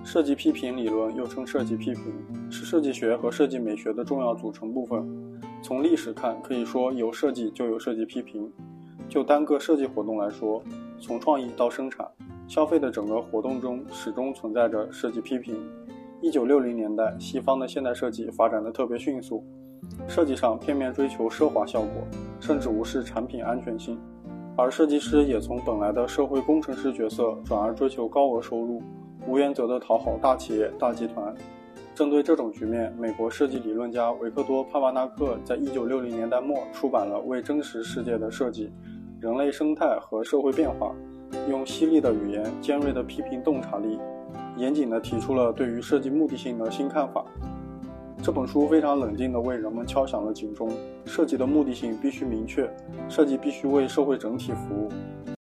设计批评理论又称设计批评，是设计学和设计美学的重要组成部分。从历史看，可以说有设计就有设计批评。就单个设计活动来说，从创意到生产、消费的整个活动中，始终存在着设计批评。1960年代，西方的现代设计发展得特别迅速，设计上片面追求奢华效果，甚至无视产品安全性。而设计师也从本来的社会工程师角色转而追求高额收入，无原则地讨好大企业、大集团。正对这种局面，美国设计理论家维克多·帕瓦纳克在1960年代末出版了《为真实世界的设计：人类生态和社会变化》，用犀利的语言、尖锐的批评洞察力，严谨地提出了对于设计目的性的新看法。这本书非常冷静地为人们敲响了警钟：设计的目的性必须明确，设计必须为社会整体服务。